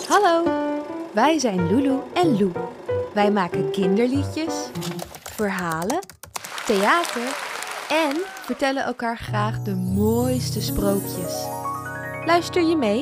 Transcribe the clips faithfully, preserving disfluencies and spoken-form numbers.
Hallo, wij zijn Lulu en Lou. Wij maken kinderliedjes, verhalen, theater en vertellen elkaar graag de mooiste sprookjes. Luister je mee?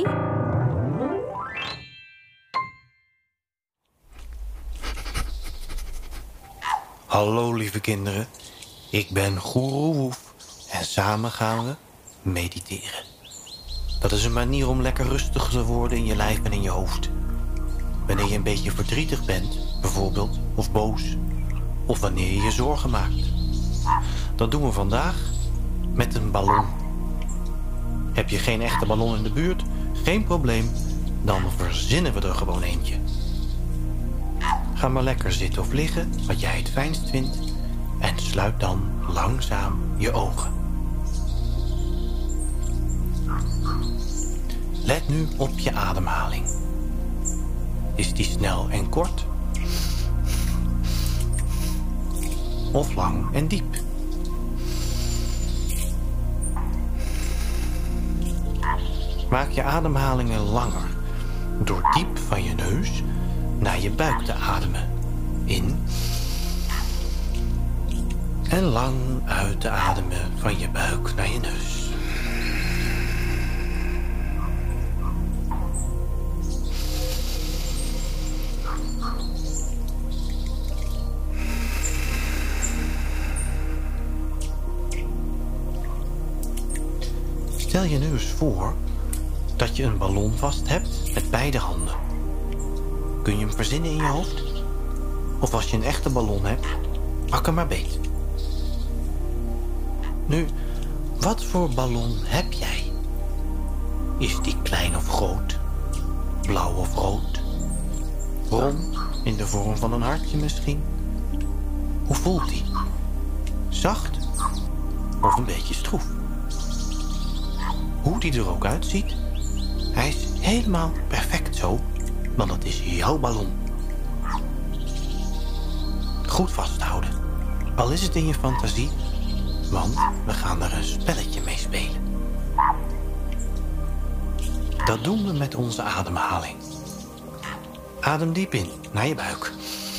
Hallo lieve kinderen, ik ben Goeroe Woef en samen gaan we mediteren. Dat is een manier om lekker rustig te worden in je lijf en in je hoofd. Wanneer je een beetje verdrietig bent, bijvoorbeeld, of boos, of wanneer je je zorgen maakt. Dat doen we vandaag met een ballon. Heb je geen echte ballon in de buurt? Geen probleem, dan verzinnen we er gewoon eentje. Ga maar lekker zitten of liggen, wat jij het fijnst vindt, en sluit dan langzaam je ogen. Let nu op je ademhaling. Is die snel en kort? Of lang en diep? Maak je ademhalingen langer door diep van je neus naar je buik te ademen. In. En lang uit te ademen van je buik naar je neus. Stel je nu eens voor dat je een ballon vast hebt met beide handen. Kun je hem verzinnen in je hoofd? Of als je een echte ballon hebt, pak hem maar beet. Nu, wat voor ballon heb jij? Is die klein of groot? Blauw of rood? Rond, in de vorm van een hartje misschien? Hoe voelt die? Zacht of een beetje stroef? Hoe die er ook uitziet, hij is helemaal perfect zo, want dat is jouw ballon. Goed vasthouden, al is het in je fantasie, want we gaan er een spelletje mee spelen. Dat doen we met onze ademhaling. Adem diep in, naar je buik.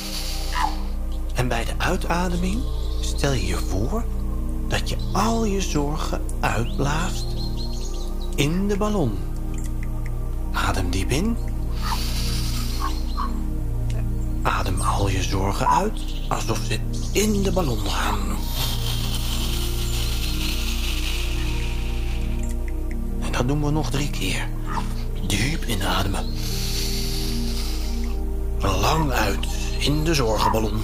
En bij de uitademing stel je je voor dat je al je zorgen uitblaast in de ballon. Adem diep in. Adem al je zorgen uit, alsof ze in de ballon gaan. En dat doen we nog drie keer. Diep inademen. Lang uit in de zorgenballon.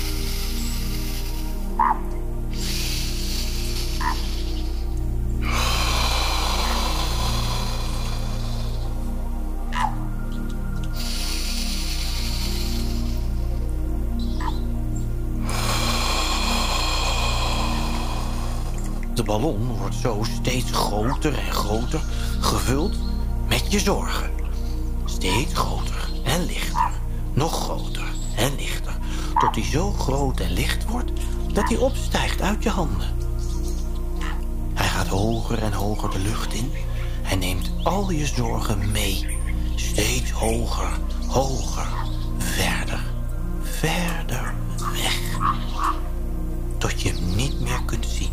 De ballon wordt zo steeds groter en groter, gevuld met je zorgen. Steeds groter en lichter, nog groter en lichter, tot hij zo groot en licht wordt dat hij opstijgt uit je handen. Hij gaat hoger en hoger de lucht in en neemt al je zorgen mee. Steeds hoger, hoger, verder, verder weg, tot je hem niet meer kunt zien.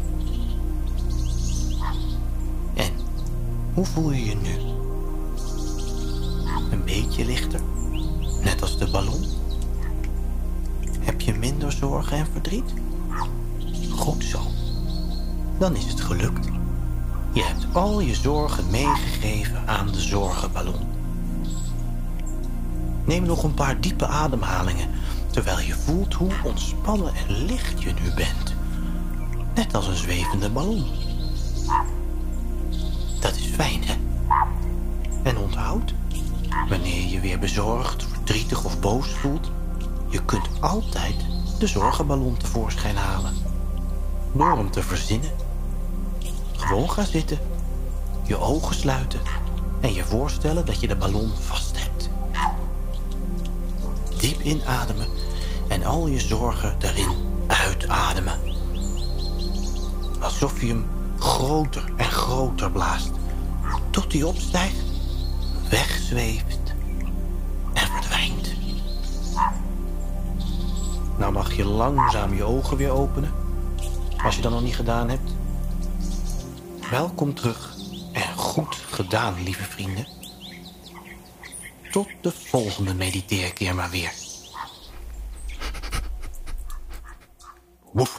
Hoe voel je je nu? Een beetje lichter, net als de ballon? Heb je minder zorgen en verdriet? Goed zo. Dan is het gelukt. Je hebt al je zorgen meegegeven aan de zorgenballon. Neem nog een paar diepe ademhalingen, terwijl je voelt hoe ontspannen en licht je nu bent. Net als een zwevende ballon. Dat is fijn, hè? En onthoud, wanneer je je weer bezorgd, verdrietig of boos voelt, je kunt altijd de zorgenballon tevoorschijn halen. Door hem te verzinnen. Gewoon gaan zitten, je ogen sluiten en je voorstellen dat je de ballon vast hebt. Diep inademen en al je zorgen erin uitademen. Alsof je hem groter en groter blaast, tot hij opstijgt, wegzweeft mag je langzaam je ogen weer openen, als je dat nog niet gedaan hebt. Welkom terug en goed gedaan, lieve vrienden. Tot de volgende mediteerkeer maar weer. Woef.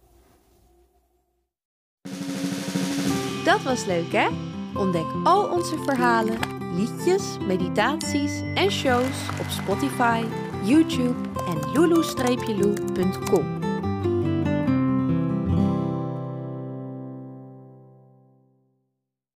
Dat was leuk, hè? Ontdek al onze verhalen, liedjes, meditaties en shows op Spotify, YouTube en lulu dash lou punt com.